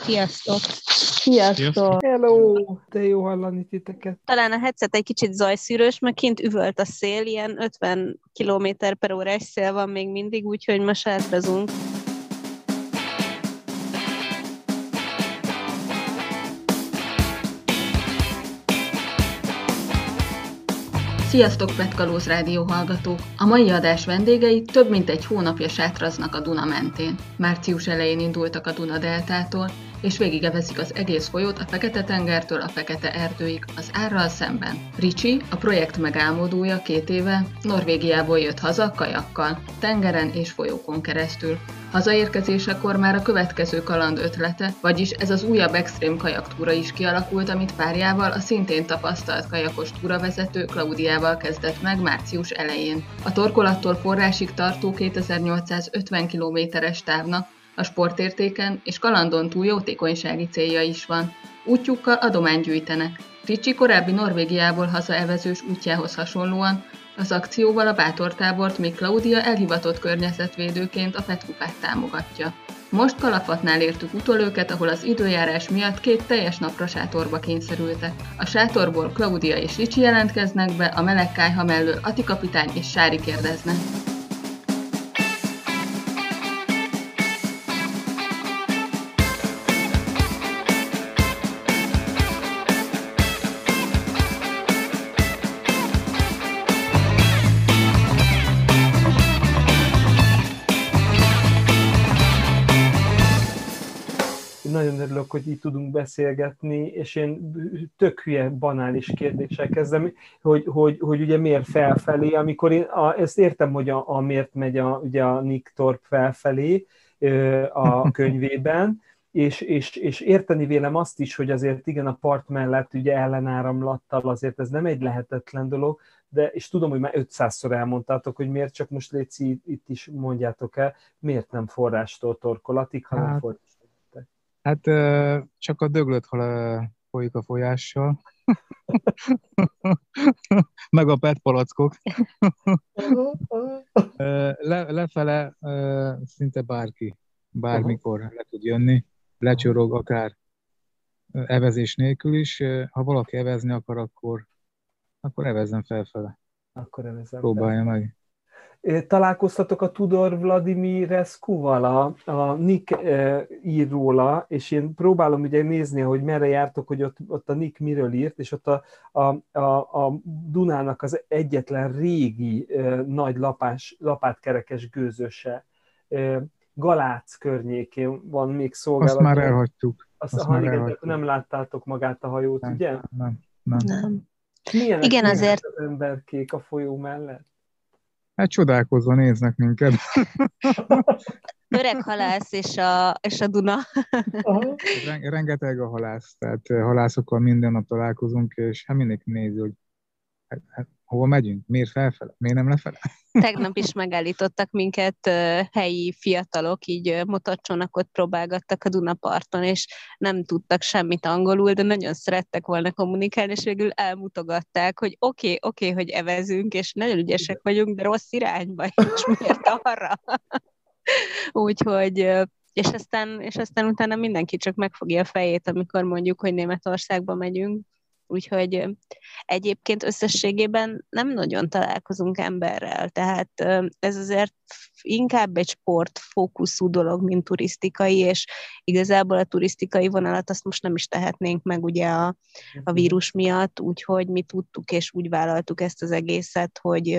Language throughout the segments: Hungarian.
Sziasztok! Sziasztok! Hello! De jó hallani titeket. Talán a headset egy kicsit zajszűrős, mert kint üvölt a szél, ilyen 50 km/h szél van még mindig, úgyhogy ma sátrazunk. Sziasztok, Petkalóz rádió hallgatók! A mai adás vendégei több mint egy hónapja sátraznak a Duna mentén. Március elején indultak a Duna deltától, és végigevezik az egész folyót a Fekete-tengertől a Fekete-erdőig, az árral szemben. Ricsi, a projekt megálmodója 2 éve, Norvégiából jött haza kajakkal, tengeren és folyókon keresztül. Hazaérkezésekor már a következő kaland ötlete, vagyis ez az újabb extrém kajaktúra is kialakult, amit párjával, a szintén tapasztalt kajakos túravezető Klaudiával kezdett meg március elején. A torkolattól forrásig tartó 2850 kilométeres távnak a sportértéken és kalandon túl jótékonysági célja is van. Útjukkal adományt gyűjtenek. Ricsi korábbi Norvégiából hazaevezős útjához hasonlóan az akcióval a bátortábort még Klaudia elhivatott környezetvédőként a Petkupát támogatja. Most Kalafatnál értük utolőket, ahol az időjárás miatt 2 teljes napra sátorba kényszerültek. A sátorból Klaudia és Ricsi jelentkeznek be, a meleg kályha mellől Ati kapitány és Sári kérdeznek. Nagyon örülök, hogy így tudunk beszélgetni, és én tök hülye, banális kérdéssel kezdem, hogy ugye miért felfelé, amikor én ezt értem, hogy miért megy ugye a Nick Thorpe felfelé a könyvében, és érteni vélem azt is, hogy azért igen, a part mellett ugye ellenáramlattal azért ez nem egy lehetetlen dolog, és tudom, hogy már 500-szor elmondtátok, hogy miért, csak most létszik, itt is mondjátok el, miért nem forrástól torkolatig, hanem forrástól. Hát csak a döglött hal folyik a folyással, meg a PET palackok. Lefele szinte bármikor le tud jönni, lecsorog akár evezés nélkül is. Ha valaki evezni akar, akkor evezzen felfele. Próbálja meg. Találkoztatok a Tudor Vladimirescu-val, a Nick ír róla, és én próbálom ugye nézni, hogy merre jártok, hogy ott a Nick miről írt, és ott a Dunának az egyetlen régi nagy lapátkerekes gőzöse, Galác környékén van még szolgálat. Azt már elhagytuk. Nem láttátok magát a hajót, nem, ugye? Nem. Igen, azért az emberkék a folyó mellett? Hát csodálkozva néznek minket. öreg halász és a Duna. Rengeteg a halász, tehát halászokkal minden nap találkozunk, és hát mindenki nézi, hogy hát hova megyünk, miért felfele, miért nem lefele. Tegnap is megállítottak minket helyi fiatalok, így motorcsónakot próbálgattak a Dunaparton, és nem tudtak semmit angolul, de nagyon szerettek volna kommunikálni, és végül elmutogatták, hogy oké, hogy evezünk, és nagyon ügyesek vagyunk, de rossz irányba, és miért arra? Úgyhogy, és aztán utána mindenki csak megfogja a fejét, amikor mondjuk, hogy Németországba megyünk. Úgyhogy egyébként összességében nem nagyon találkozunk emberrel, tehát ez azért inkább egy sportfókuszú dolog, mint turisztikai, és igazából a turisztikai vonalat azt most nem is tehetnénk meg ugye a vírus miatt, úgyhogy mi tudtuk és úgy vállaltuk ezt az egészet,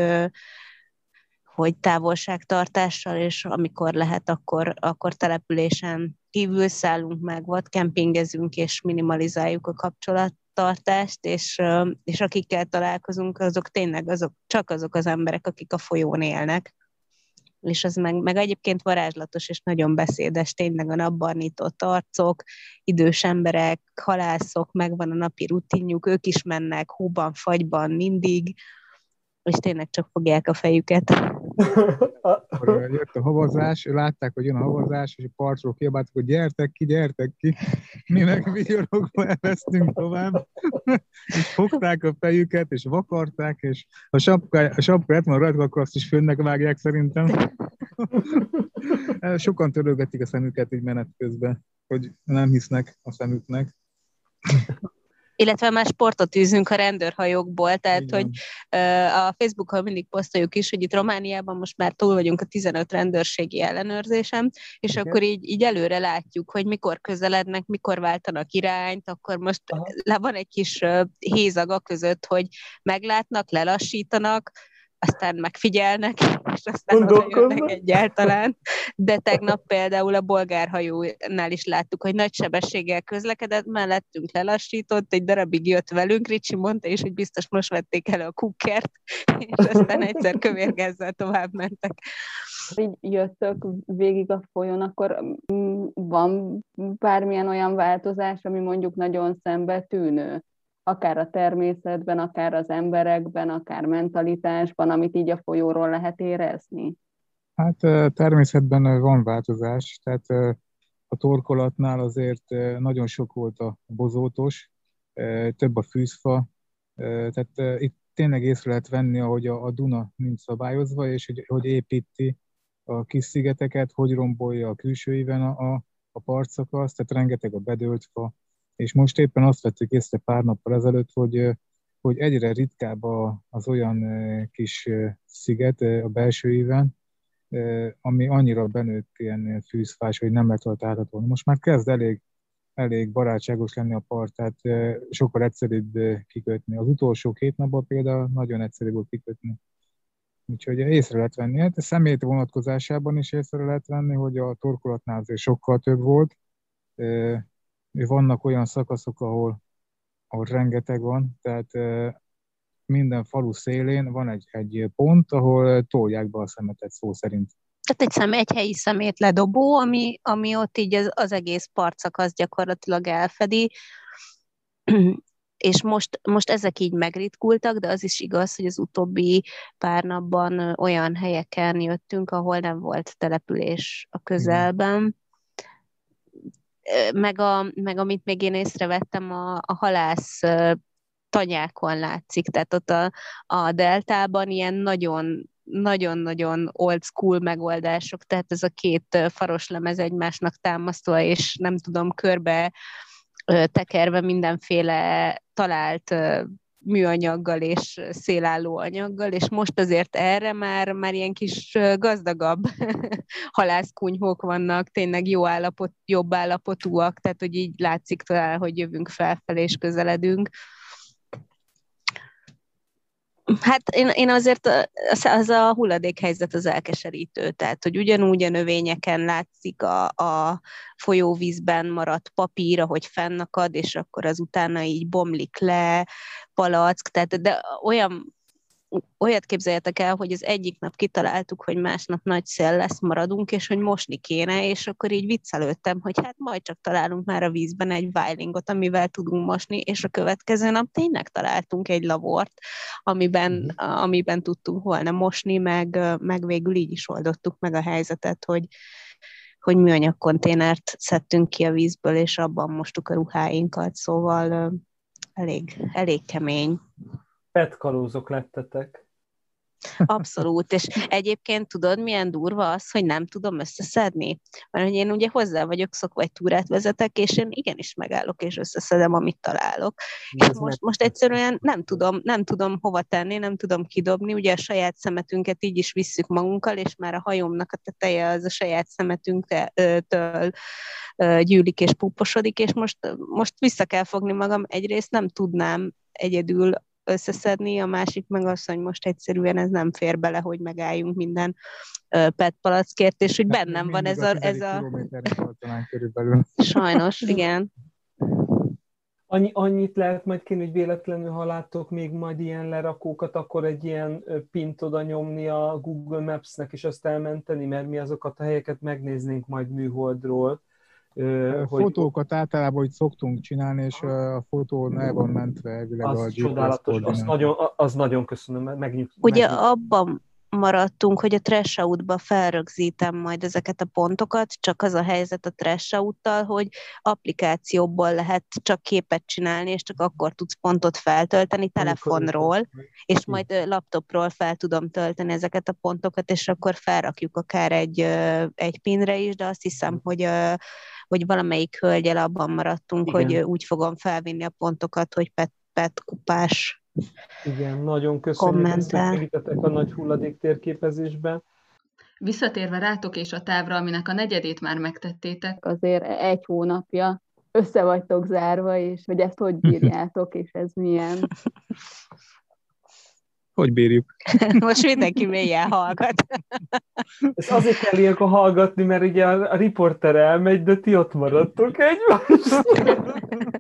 hogy távolságtartással, és amikor lehet, akkor településen kívül szállunk meg, vagy kempingezünk, és minimalizáljuk a kapcsolattartást, és akikkel találkozunk, azok tényleg csak azok az emberek, akik a folyón élnek. És az meg egyébként varázslatos, és nagyon beszédes, tényleg a napbarnított arcok, idős emberek, halászok, megvan a napi rutinjuk, ők is mennek hóban, fagyban mindig, és tényleg csak fogják a fejüket. Akkor jött a havazás, látták, hogy jön a havazás, és a partról kiabáltak, hogy gyertek ki. Mi meg vigyorogva elvesztünk tovább, és fogták a fejüket, és vakarták, és a sapkáját van rajta, akkor azt is fönnek vágják szerintem. Sokan törölgetik a szemüket így menet közben, hogy nem hisznek a szemüknek. Illetve már sportot űzünk a rendőrhajókból, tehát Igen. hogy a Facebookon mindig posztoljuk is, hogy itt Romániában most már túl vagyunk a 15 rendőrségi ellenőrzésem, és Igen. akkor így előre látjuk, hogy mikor közelednek, mikor váltanak irányt, akkor most van egy kis hézag között, hogy meglátnak, lelassítanak, aztán megfigyelnek, és aztán oda jönnek egyáltalán. De tegnap például a bolgár hajónál is láttuk, hogy nagy sebességgel közlekedett, mellettünk lelassított, egy darabig jött velünk, Ricsi mondta is, hogy biztos most vették elő a kukkert, és aztán egyszer kövérgázzal tovább mentek. Így jöttök végig a folyón, akkor van bármilyen olyan változás, ami mondjuk nagyon szembetűnő? Akár a természetben, akár az emberekben, akár mentalitásban, amit így a folyóról lehet érezni? Hát természetben van változás, tehát a torkolatnál azért nagyon sok volt a bozótos, több a fűzfa, tehát itt tényleg észre lehet venni, ahogy a Duna nincs szabályozva, és hogy építi a kis szigeteket, hogy rombolja a külsőiben a partszakaszt, tehát rengeteg a bedőlt fa, és most éppen azt vettük észre pár nappal ezelőtt, hogy egyre ritkább az olyan kis sziget a belsőiben, ami annyira benőtt ilyen fűzfás, hogy nem lehet rajta áthatolni. Most már kezd elég barátságos lenni a part, tehát sokkal egyszerűbb kikötni. Az utolsó 2 napban például nagyon egyszerű volt kikötni. Úgyhogy észre lehet venni. Hát a személyt vonatkozásában is észre lehet venni, hogy a torkolatnál azért sokkal több volt. Vannak olyan szakaszok, ahol rengeteg van, tehát minden falu szélén van egy pont, ahol tolják be a szemetet szó szerint. Tehát egy helyi szemétledobó, ami ott így az egész partszakasz gyakorlatilag elfedi, és most ezek így megritkultak, de az is igaz, hogy az utóbbi pár napban olyan helyeken jöttünk, ahol nem volt település a közelben. Meg amit még én észrevettem, a halász tanyákon látszik, tehát ott a deltában ilyen nagyon-nagyon old school megoldások, tehát ez a 2 faros lemez egymásnak támasztva, és nem tudom, körbe tekerve mindenféle talált műanyaggal és szélálló anyaggal, és most azért erre már ilyen kis gazdagabb halászkunyhók vannak, tényleg jobb állapotúak, tehát hogy így látszik talán, hogy jövünk felfelé és közeledünk. Hát én azért az a hulladékhelyzet az elkeserítő, tehát hogy ugyanúgy a növényeken látszik a folyóvízben maradt papír, ahogy fennakad, és akkor az utána így bomlik le, palack, tehát de olyat képzeljetek el, hogy az egyik nap kitaláltuk, hogy másnap nagy szél lesz, maradunk, és hogy mosni kéne, és akkor így viccelődtem, hogy hát majd csak találunk már a vízben egy vájlingot, amivel tudunk mosni, és a következő nap tényleg találtunk egy lavort, amiben tudtunk volna mosni, meg végül így is oldottuk meg a helyzetet, hogy műanyag konténert szedtünk ki a vízből, és abban mostuk a ruháinkat, szóval elég kemény. Petkalózok lettetek. Abszolút, és egyébként tudod, milyen durva az, hogy nem tudom összeszedni? Mert hogy én ugye hozzá vagyok szokva, vagy túrát vezetek, és én igenis megállok, és összeszedem, amit találok. És most egyszerűen nem tudom hova tenni, nem tudom kidobni, ugye a saját szemetünket így is visszük magunkkal, és már a hajómnak a teteje az a saját szemetünktől gyűlik és puposodik, és most vissza kell fogni magam, egyrészt nem tudnám egyedül összeszedni, a másik meg az, hogy most egyszerűen ez nem fér bele, hogy megálljunk minden PET palackért, és hogy bennem van ez a... Körülbelül. Sajnos, igen. Annyit lehet majd kérni, hogy véletlenül, ha láttok még majd ilyen lerakókat, akkor egy ilyen pint oda nyomni a Google Maps-nek, és azt elmenteni, mert mi azokat a helyeket megnéznénk majd műholdról. Fotókat általában így szoktunk csinálni, és a fotó el van mentve elvileg az a GPS csodálatos, az nagyon köszönöm, Ugye abban maradtunk, hogy a Threshout-ba felrögzítem majd ezeket a pontokat, csak az a helyzet a Threshout-tal, hogy applikációból lehet csak képet csinálni, és csak akkor tudsz pontot feltölteni telefonról, és majd laptopról fel tudom tölteni ezeket a pontokat, és akkor felrakjuk akár egy pinre is, de azt hiszem, hogy valamelyik hölgyel abban maradtunk, igen, hogy úgy fogom felvinni a pontokat, hogy Pet kupás. Igen, nagyon köszönjük, hogy segítettek a nagy hulladék térképezésben. Visszatérve rátok és a távra, aminek a negyedét már megtettétek. Azért 1 hónapja össze vagytok zárva, és hogy ezt hogy bírjátok, és ez milyen? Hogy bírjuk? Most mindenki mélyen hallgat. Ez azért kell ilyenkor hallgatni, mert ugye a riporter elmegy, de ti ott maradtok egymással.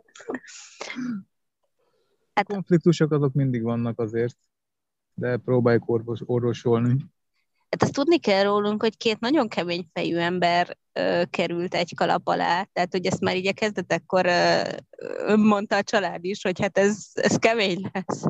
Hát, konfliktusok azok mindig vannak azért, de próbáljuk orvosolni. Hát azt tudni kell rólunk, hogy 2 nagyon kemény fejű ember került egy kalap alá, tehát hogy ezt már így a kezdetekkor mondta a család is, hogy hát ez kemény lesz.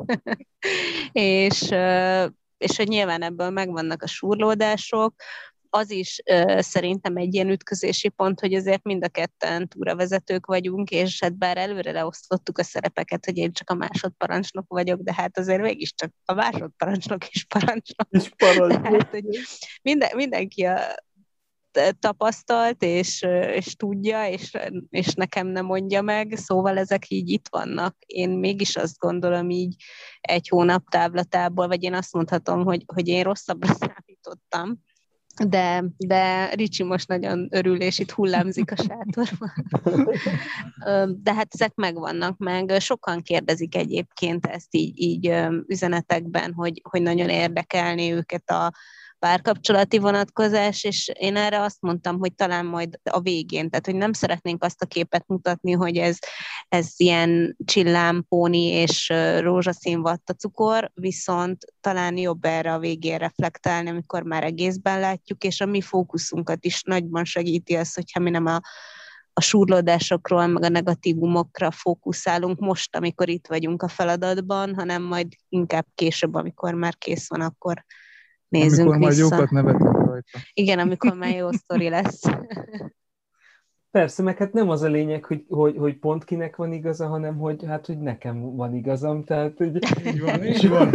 és hogy nyilván ebből megvannak a súrlódások. Az is szerintem egy ilyen ütközési pont, hogy azért mind a ketten túravezetők vagyunk, és hát bár előre leosztottuk a szerepeket, hogy én csak a másodparancsnok vagyok, de hát azért mégiscsak a másodparancsnok is parancsnok. Tehát, hogy mindenki tapasztalt, és tudja, és nekem nem mondja meg, szóval ezek így itt vannak. Én mégis azt gondolom így 1 hónap távlatából, vagy én azt mondhatom, hogy én rosszabbra számítottam, de Ricsi most nagyon örül, és itt hullámzik a sátorban. De hát ezek megvannak meg. Sokan kérdezik egyébként ezt így üzenetekben, hogy nagyon érdekelni őket a párkapcsolati vonatkozás, és én erre azt mondtam, hogy talán majd a végén, tehát hogy nem szeretnénk azt a képet mutatni, hogy ez ilyen csillámpóni és rózsaszín vattacukor, viszont talán jobb erre a végén reflektálni, amikor már egészben látjuk, és a mi fókuszunkat is nagyban segíti az, hogyha mi nem a súrlódásokról, meg a negatívumokra fókuszálunk most, amikor itt vagyunk a feladatban, hanem majd inkább később, amikor már kész van, akkor nézzünk amikor vissza. Majd jókat nevetünk rajta. Igen, amikor már jó sztori lesz. Persze, meg hát nem az a lényeg, hogy pont kinek van igaza, hanem hogy nekem van igazam, tehát hogy... Így van.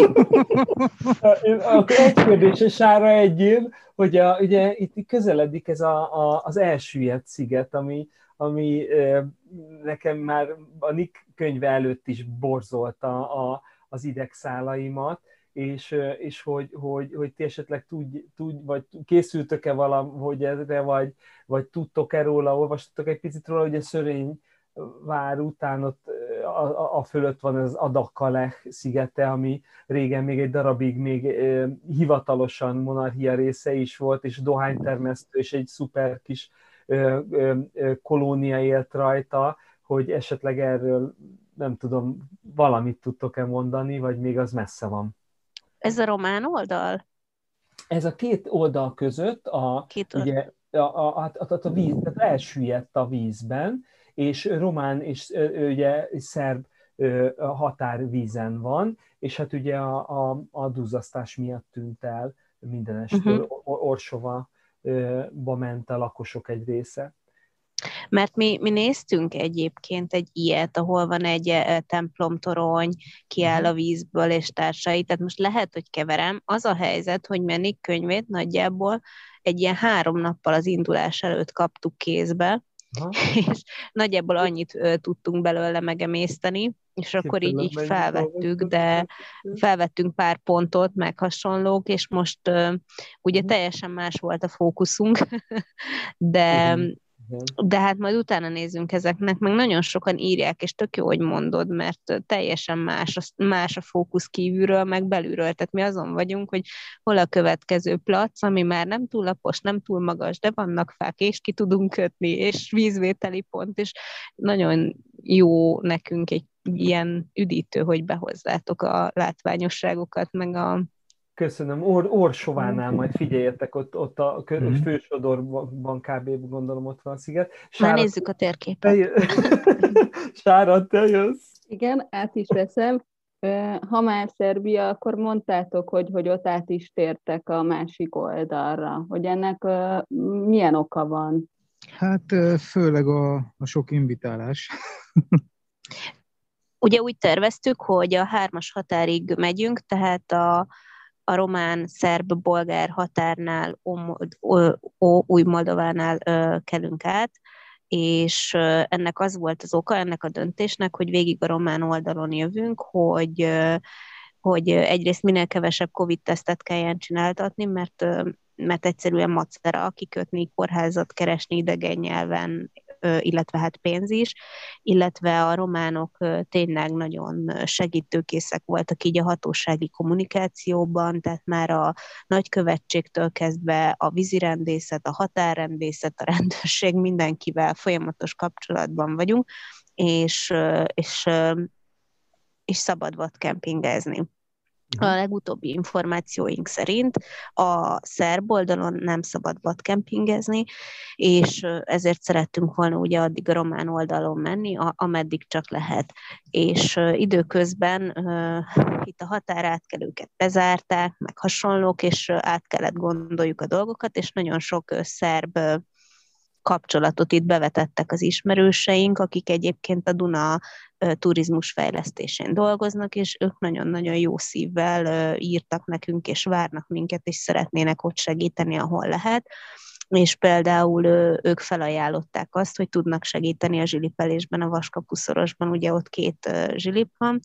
Akkor egy kérdés, Sára egyéb, hogy ugye itt közeledik ez az elsüllyedt sziget, ami nekem már a Nick könyve előtt is borzolta az idegszálaimat, és hogy ti esetleg vagy készültök-e valahogy erre, vagy tudtok-e róla, olvastatok egy picit róla, hogy a Szörényvár után ott a fölött van az Adakkalech szigete, ami régen még egy darabig még hivatalosan monarchia része is volt, és dohánytermesztő, és egy szuper kis kolónia élt rajta, hogy esetleg erről, nem tudom, valamit tudtok-e mondani, vagy még az messze van. Ez a román oldal? Ez a 2 oldal között ugye, a víz, tehát elsüllyedt a vízben, és román és ugye szerb határvízen van, és hát ugye a duzzasztás miatt tűnt el mindenestől, Orsova-ba ment a lakosok egy része. Mert mi néztünk egyébként egy ilyet, ahol van egy templomtorony, kiáll a vízből és társai, tehát most lehet, hogy keverem. Az a helyzet, hogy Nick könyvét nagyjából egy ilyen 3 nappal az indulás előtt kaptuk kézbe, és nagyjából annyit tudtunk belőle megemészteni, és akkor így felvettük, de felvettünk pár pontot, meg hasonlók, és most ugye teljesen más volt a fókuszunk, de hát majd utána nézzünk ezeknek, meg nagyon sokan írják, és tök jó, hogy mondod, mert teljesen más a fókusz kívülről, meg belülről, tehát mi azon vagyunk, hogy hol a következő plac, ami már nem túl lapos, nem túl magas, de vannak fák, és ki tudunk kötni, és vízvételi pont, és nagyon jó nekünk egy ilyen üdítő, hogy behozzátok a látványosságokat, meg a... Köszönöm. Orsovánál majd figyeljetek, ott a fősodorban kb. Gondolom ott van a sziget. Már nézzük a térképet. Sára, te jössz. Igen, át is veszem. Ha már Szerbia, akkor mondtátok, hogy ott át is tértek a másik oldalra. Hogy ennek milyen oka van? Hát főleg a sok invitálás. Ugye úgy terveztük, hogy a 3-as határig megyünk, tehát a román-szerb-bolgár határnál, Új-Moldovánál kelünk át, és ennek az volt az oka, ennek a döntésnek, hogy végig a román oldalon jövünk, hogy egyrészt minél kevesebb Covid-tesztet kelljen csináltatni, mert egyszerűen macera kikötni, kórházat keresni idegen nyelven, illetve hát pénz is, illetve a románok tényleg nagyon segítőkészek voltak így a hatósági kommunikációban, tehát már a nagykövetségtől kezdve a vízirendészet, a határrendészet, a rendőrség, mindenkivel folyamatos kapcsolatban vagyunk, és szabad volt kempingezni. A legutóbbi információink szerint a szerb oldalon nem szabad vadkempingezni, és ezért szerettünk volna ugye addig a román oldalon menni, ameddig csak lehet. És időközben itt a határátkelőket bezárták, meg hasonlók, és át kellett gondoljuk a dolgokat, és nagyon sok szerb kapcsolatot itt bevetettek az ismerőseink, akik egyébként a Duna turizmus fejlesztésén dolgoznak, és ők nagyon-nagyon jó szívvel írtak nekünk, és várnak minket, és szeretnének ott segíteni, ahol lehet. És például ők felajánlották azt, hogy tudnak segíteni a zsilipelésben, a Vaskapuszorosban, ugye ott 2 zsilip van,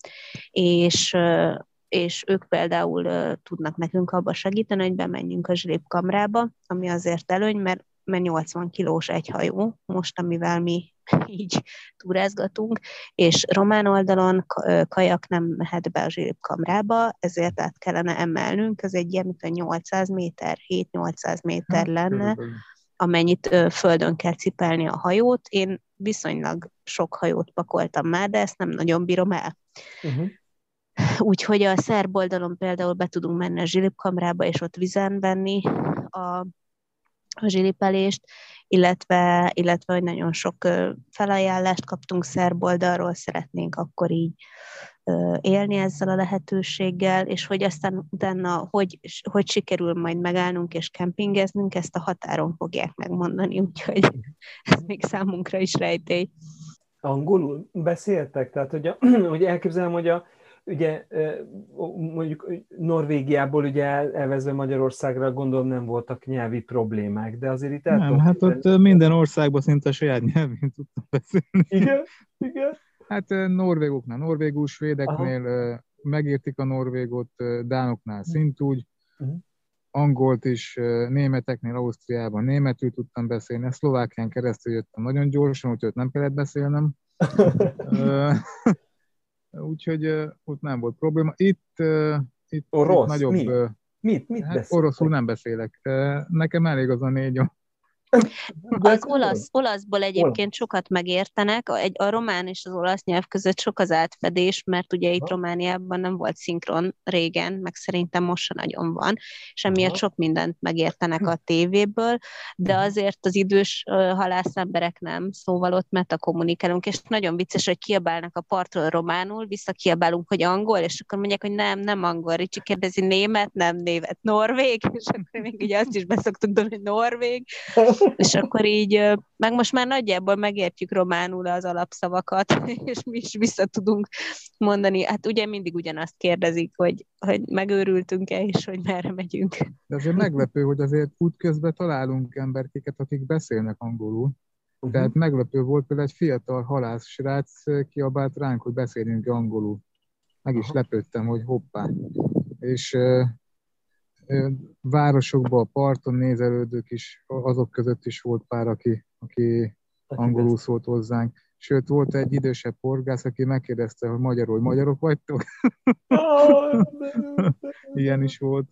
és ők például tudnak nekünk abba segíteni, hogy bemenjünk a zsilipkamrába, ami azért előny, mert 80 kilós egy hajó, most amivel mi így túrázgatunk, és román oldalon kajak nem mehet be a zsilipkamrába, ezért át kellene emelnünk, ez egy ilyen, mint a 800 méter, 7-800 méter lenne, amennyit földön kell cipelni a hajót. Én viszonylag sok hajót pakoltam már, de ezt nem nagyon bírom el. Úgyhogy a szerb oldalon például be tudunk menni a zsilipkamrába, és ott vizen venni a zsilipelést, illetve hogy nagyon sok felajánlást kaptunk szerb oldalról, szeretnénk akkor így élni ezzel a lehetőséggel, és hogy aztán utána hogy sikerül majd megállnunk és kempingeznünk, ezt a határon fogják megmondani, úgyhogy ez még számunkra is rejtély. Angolul beszéltek? Tehát, hogy elképzelem, hogy ugye mondjuk Norvégiából ugye elvezve Magyarországra gondolom nem voltak nyelvi problémák, de azért itt nem, hát ott minden országban szinte a saját nyelvén tudtam beszélni. Igen. Hát norvégoknál norvégul, svédeknél megértik a norvégot, dánoknál szintúgy, angolt is, németeknél Ausztriában németül tudtam beszélni, a Szlovákián keresztül jöttem nagyon gyorsan, úgyhogy nem kellett beszélnem. Úgyhogy ott nem volt probléma. Itt nagyobb... Mit hát oroszul nem beszélek. Nekem elég az a 4. Az olaszból egyébként sokat megértenek, a román és az olasz nyelv között sok az átfedés, mert ugye itt Romániában nem volt szinkron régen, meg szerintem most se nagyon van, és emiatt sok mindent megértenek a tévéből, de azért az idős halászemberek nem, szóval ott metakommunikálunk, és nagyon vicces, hogy kiabálnak a partról románul, visszakiabálunk, hogy angol, és akkor mondják, hogy nem angol, Ricsi kérdezi német, nem német, norvég, és akkor még ugye azt is beszoktunk, hogy norvég, és akkor így, meg most már nagyjából megértjük románul az alapszavakat, és mi is vissza tudunk mondani. Hát ugye mindig ugyanazt kérdezik, hogy megőrültünk-e, és hogy merre megyünk. De azért meglepő, hogy azért útközben találunk emberkéket, akik beszélnek angolul. Tehát meglepő volt, például egy fiatal halász srác kiabált ránk, hogy beszélünk angolul. Meg is lepődtem, hogy hoppá. És városokban a parton nézelődők is, azok között is volt pár, aki angolul szólt hozzánk. Sőt, volt egy idősebb horgász, aki megkérdezte, hogy magyarok vagytok? Ilyen is volt.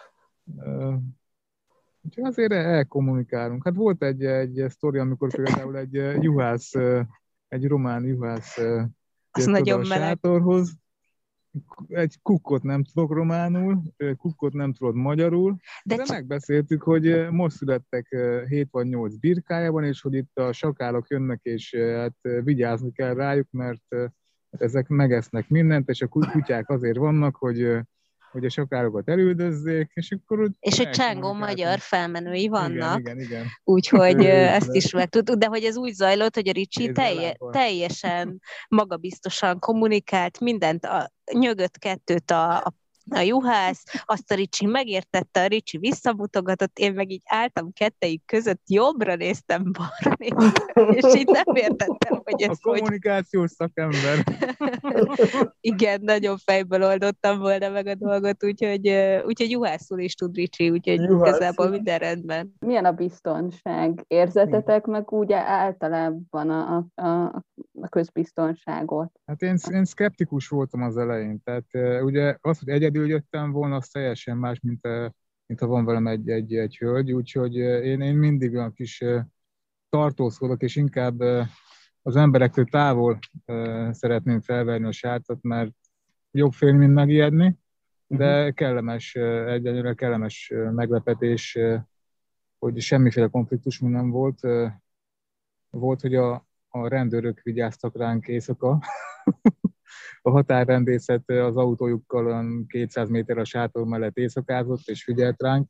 Úgyhogy azért elkommunikálunk. Hát volt egy sztori, amikor például egy román juhász jött oda a sátorhoz, egy kukkot nem tudok románul, kukkot nem tudod magyarul, de megbeszéltük, hogy most születtek 7 vagy 8 birkájában, és hogy itt a sakálok jönnek, és hát vigyázni kell rájuk, mert Ezek megesznek mindent, és a kutyák azért vannak, hogy a sokárokat elüldözzék, és akkor... És hogy csángó magyar felmenői vannak. Igen. Úgyhogy ezt is megtudtuk, de hogy ez úgy zajlott, hogy a Ricsi teljesen magabiztosan kommunikált, mindent, nyögött kettőt a juhász, azt a Ricsi megértette, a Ricsi visszamutogatott, én meg így álltam kettejük között, jobbra néztem, balra néztem, és így nem értettem, hogy ez a kommunikációs szakember. Igen, nagyon fejből oldottam volna meg a dolgot, úgyhogy juhászul is tud Ricsi, úgyhogy igazából minden rendben. Milyen a biztonság? Érzetetek meg úgy általában a közbiztonságot? Hát én szkeptikus voltam az elején, tehát ugye az, hogy egyedül jöttem volna, az teljesen más, mint ha van velem egy hölgy, úgyhogy én mindig olyan kis tartózkodok, és inkább az emberektől távol szeretném felverni a sárcot, mert jobb félni, mint megijedni, de egyelőre kellemes meglepetés, hogy semmiféle konfliktus nem volt. Volt, hogy a rendőrök vigyáztak ránk éjszaka. A határrendészet az autójukkal olyan 200 méter a sátor mellett éjszakázott, és figyelt ránk.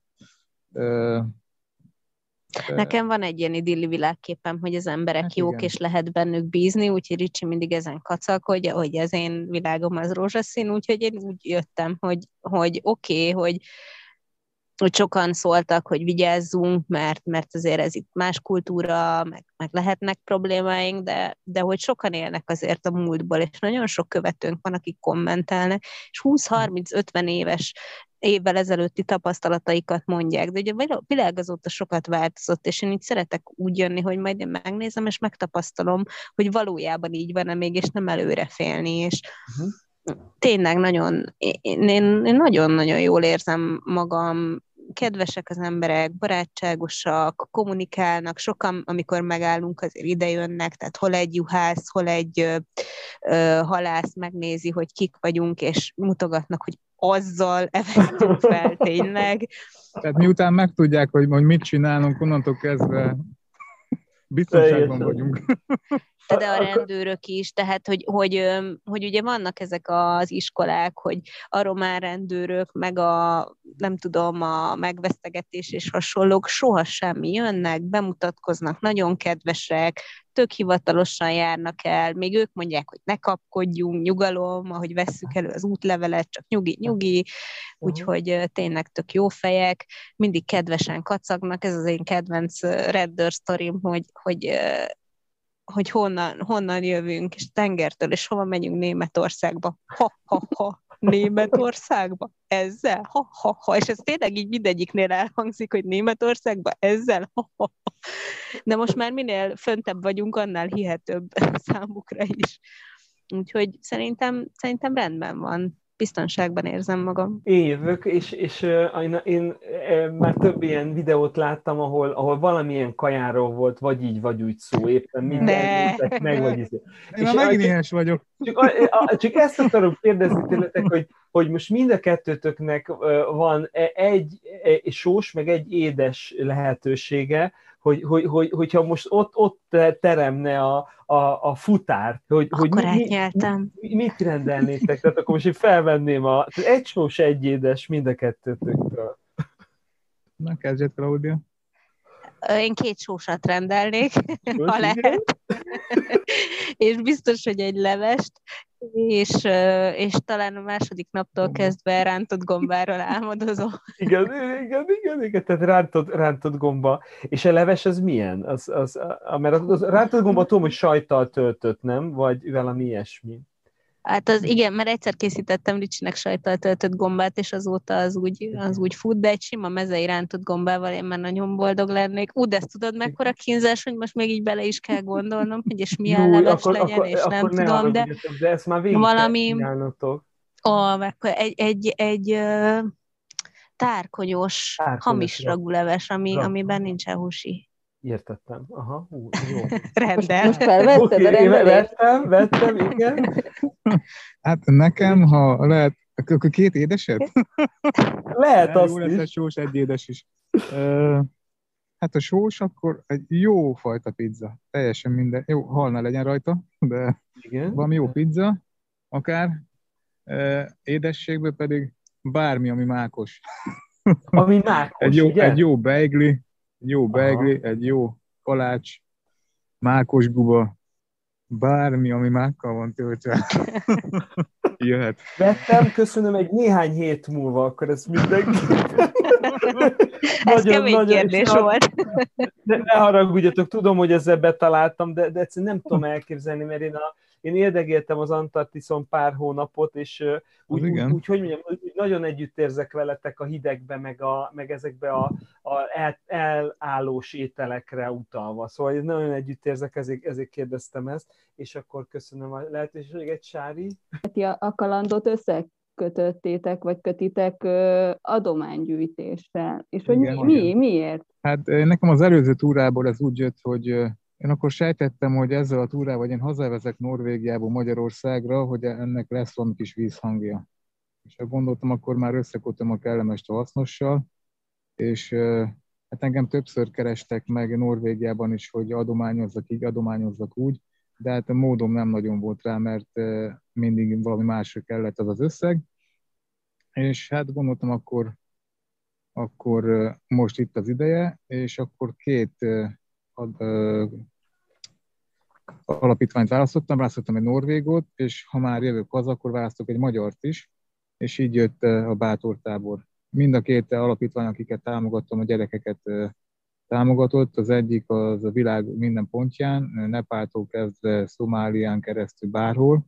Nekem van egy ilyen idilli világképem, hogy az emberek hát jók, igen, és lehet bennük bízni, úgyhogy Ricsi mindig ezen kacag, hogy az én világom az rózsaszín, úgyhogy én úgy jöttem, hogy oké, hogy sokan szóltak, hogy vigyázzunk, mert azért ez itt más kultúra, meg lehetnek problémáink, de hogy sokan élnek azért a múltból, és nagyon sok követőnk van, akik kommentelnek, és 20-30-50 évvel ezelőtti tapasztalataikat mondják, de ugye a világ azóta sokat változott, és én így szeretek úgy jönni, hogy majd én megnézem, és megtapasztalom, hogy valójában így van-e még, és nem előre félni, és tényleg én nagyon-nagyon jól érzem magam, kedvesek az emberek, barátságosak, kommunikálnak, sokan, amikor megállunk, azért idejönnek, tehát hol egy juhász, hol egy halász megnézi, hogy kik vagyunk, és mutogatnak, hogy azzal eveztünk fel tényleg. Tehát miután megtudják, hogy mit csinálunk, onnantól kezdve biztonságban vagyunk. De a rendőrök is, tehát hogy ugye vannak ezek az iskolák, hogy a román rendőrök, meg nem tudom, a megvesztegetés és hasonlók soha semmi jönnek, bemutatkoznak, nagyon kedvesek, tök hivatalosan járnak el, még ők mondják, hogy ne kapkodjunk, nyugalom, ahogy vesszük elő az útlevelet, csak nyugi, úgyhogy tényleg tök jó fejek, mindig kedvesen kacagnak, ez az én kedvenc rendőr sztorim, hogy honnan jövünk, és tengertől, és hova megyünk, Németországba. Ha, Németországba? Ezzel? Ha. És ez tényleg így mindegyiknél elhangzik, hogy Németországba? Ezzel? Ha. De most már minél föntebb vagyunk, annál hihetőbb számukra is. Úgyhogy szerintem rendben van. Biztonságban érzem magam. Én jövök, és én már több ilyen videót láttam, ahol valamilyen kajáról volt, vagy így, vagy úgy szó, éppen minden meg, vagy így. Én már megint éhes vagyok. Csak ezt akarom kérdezni tőletek, hogy most mind a kettőtöknek van egy sós, meg egy édes lehetősége, hogyha most ott teremne a futárt, hogy mit rendelnétek? Tehát akkor most én felvenném egy sós, egy édes mind a kettőtökről. Na, kezdjed, Claudia. Én 2 sósat rendelnék, ha lehet. És biztos, hogy egy levest, és talán a második naptól kezdve rántott gombáról álmodozom. Igen, tehát rántott gomba. És a leves az milyen? Mert a rántott gomba tudom, hogy sajttal töltött, nem? Vagy valami ilyesmi. Hát igen, mert egyszer készítettem Ricsinek sajttal töltött gombát, és azóta az úgy fut, de egy sima mezei rántott gombával én már nagyon boldog lennék. De ezt tudod mekkora kínzás, hogy most még így bele is kell gondolnom, hogy és milyen leves legyen, és nem tudom, de ezt már végig valami egy tárkonyos, hamis raguleves, amiben nincsen húsi. Értettem. Aha, jó. Rendben. Most felvetted a rendelést? Vettem, igen. Hát nekem, ha lehet, akkor 2 édeset? Lehet azt jó lesz egy sós, egy édes is. Hát a sós akkor egy jó fajta pizza. Teljesen minden. Jó, hal ne legyen rajta, de igen, valami jó pizza. akár, édességből pedig bármi, ami mákos. Ami mákos, egy jó beigli, egy jó kalács, mákos guba, bármi, ami mákkal van töltve. Jöhet. Vettem, köszönöm, egy néhány hét múlva, akkor ez mindenki. Ez kemény kérdés volt. Ne haragudjatok, tudom, hogy ezzel betaláltam, de egyszerűen nem tudom elképzelni, mert én érdegéltem az Antarktiszon pár hónapot, és úgy, hogy mondjam, úgy nagyon együtt érzek veletek a hidegbe, meg ezekbe a elállós ételekre utalva. Szóval nagyon együtt érzek, ezért kérdeztem ezt, és akkor köszönöm a lehetőséget, Sári. A kalandot összekötöttétek, vagy kötitek adománygyűjtéssel. És hogy miért? Hát nekem az előző túrából ez úgy jött, hogy én akkor sejtettem, hogy ezzel a túrával én hazavezek Norvégiából Magyarországra, hogy ennek lesz valami kis vízhangja. És gondoltam, akkor már összekötöm a kellemest a hasznossal, és hát engem többször kerestek meg Norvégiában is, hogy adományozzak így, adományozzak úgy, de hát a módom nem nagyon volt rá, mert mindig valami másra kellett az összeg. És hát gondoltam, akkor most itt az ideje, és akkor 2 alapítványt választottam egy norvégot, és ha már jövök haza, akkor választok egy magyart is, és így jött a bátortábor. Mind a 2 alapítvány, akiket támogattam, a gyerekeket támogatott. Az egyik az a világ minden pontján, Nepáltól kezdve Szomálián keresztül bárhol,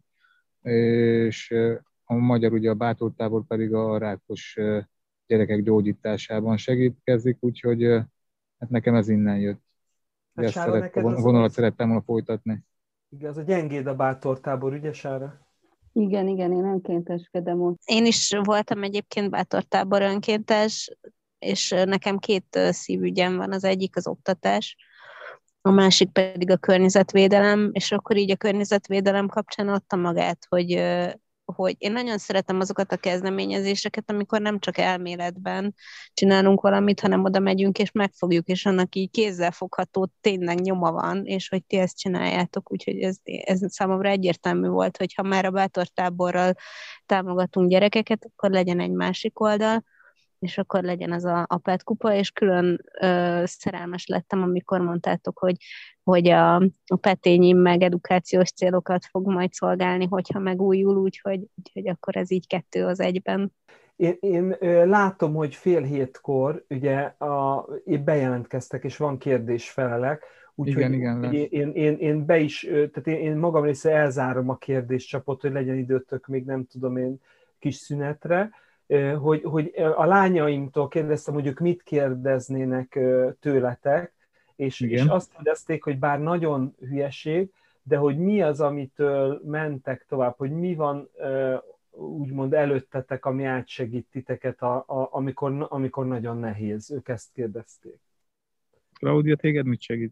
és a magyar, ugye a bátortábor pedig a rákos gyerekek gyógyításában segítkezik, úgyhogy hát nekem ez innen jött. Ezt vonalat szerettem volna folytatni. Igen, az a gyengéd a bátortábor, ugye, Sára? Igen, én önkénteskedem ott. Én is voltam egyébként bátortábor önkéntes, és nekem 2 szívügyem van, az egyik az oktatás, a másik pedig a környezetvédelem, és akkor így a környezetvédelem kapcsán adta magát, hogy én nagyon szeretem azokat a kezdeményezéseket, amikor nem csak elméletben csinálunk valamit, hanem oda megyünk és megfogjuk, és annak így kézzelfogható tényleg nyoma van, és hogy ti ezt csináljátok, úgyhogy ez számomra egyértelmű volt, hogy ha már a bátortáborral támogatunk gyerekeket, akkor legyen egy másik oldal, és akkor legyen az a PET kupa, és külön szerelmes lettem, amikor mondtátok, hogy a petényim meg edukációs célokat fog majd szolgálni, hogyha megújul, úgyhogy akkor ez így 2 az 1-ben. Én látom, hogy 6:30 ugye bejelentkeztek, és van kérdés-felelek, úgyhogy én be is, tehát én magam része elzárom a kérdéscsapot, hogy legyen időtök még nem tudom én kis szünetre, hogy a lányaimtól kérdeztem, hogy ők mit kérdeznének tőletek, és azt kérdezték, hogy bár nagyon hülyeség, de hogy mi az, amitől mentek tovább, hogy mi van úgymond előttetek, ami átsegít titeket, amikor nagyon nehéz. Ők ezt kérdezték. Claudia, téged mit segít?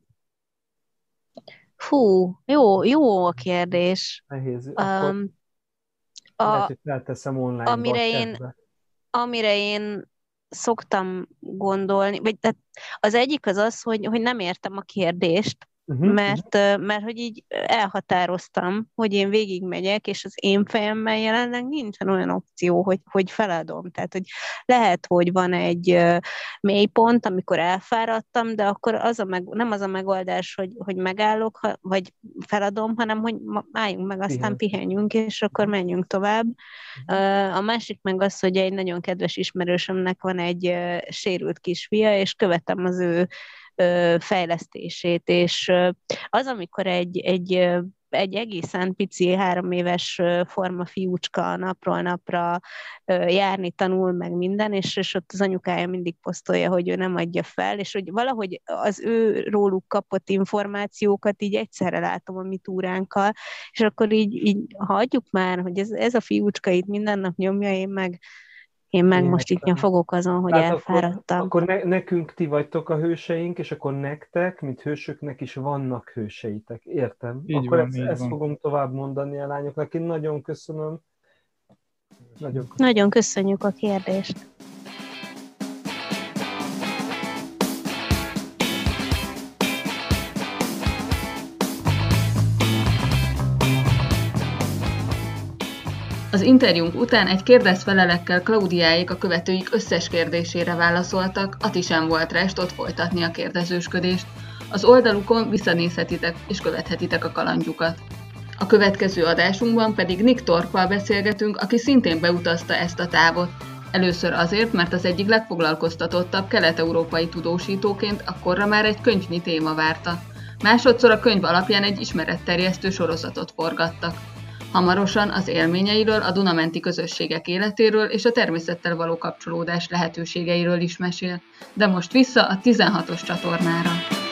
Hú, jó a kérdés. Nehéz. Akkor lehet, hogy felteszem online-ba amire én szoktam gondolni, vagy az egyik az, hogy nem értem a kérdést, mert hogy így elhatároztam, hogy én végigmegyek, és az én fejemmel jelenleg nincsen olyan opció, hogy feladom. Tehát, hogy lehet, hogy van egy mélypont, amikor elfáradtam, de akkor nem az a megoldás, hogy megállok, vagy feladom, hanem hogy álljunk meg, aztán pihenjünk, és akkor menjünk tovább. A másik meg az, hogy egy nagyon kedves ismerősömnek van egy sérült kisfia, és követem az ő fejlesztését, és az, amikor egy egészen pici 3 éves forma fiúcska napról napra járni tanul meg minden, és ott az anyukája mindig posztolja, hogy ő nem adja fel, és hogy valahogy az ő róluk kapott információkat így egyszerre látom a mi túránkkal, és akkor így hagyjuk már, hogy ez a fiúcska itt minden nap nyomja, én meg most itt nyafogok azon, hogy tehát elfáradtam. Akkor nekünk ti vagytok a hőseink, és akkor nektek, mint hősöknek is vannak hőseitek. Értem? Így akkor van, ezt fogom tovább mondani a lányoknak. Én nagyon köszönöm. Nagyon köszönjük a kérdést. Az interjúnk után egy kérdezfelelekkel Klaudiáék a követőik összes kérdésére válaszoltak, Ati sem volt rest ott folytatni a kérdezősködést. Az oldalukon visszanézhetitek és követhetitek a kalandjukat. A következő adásunkban pedig Nick Thorpe-val beszélgetünk, aki szintén beutazta ezt a távot. Először azért, mert az egyik legfoglalkoztatottabb kelet-európai tudósítóként akkorra már egy könyvnyi téma várta. Másodszor a könyv alapján egy ismeretterjesztő sorozatot forgattak. Hamarosan az élményeiről, a dunamenti közösségek életéről és a természettel való kapcsolódás lehetőségeiről is mesél. De most vissza a 16-os csatornára.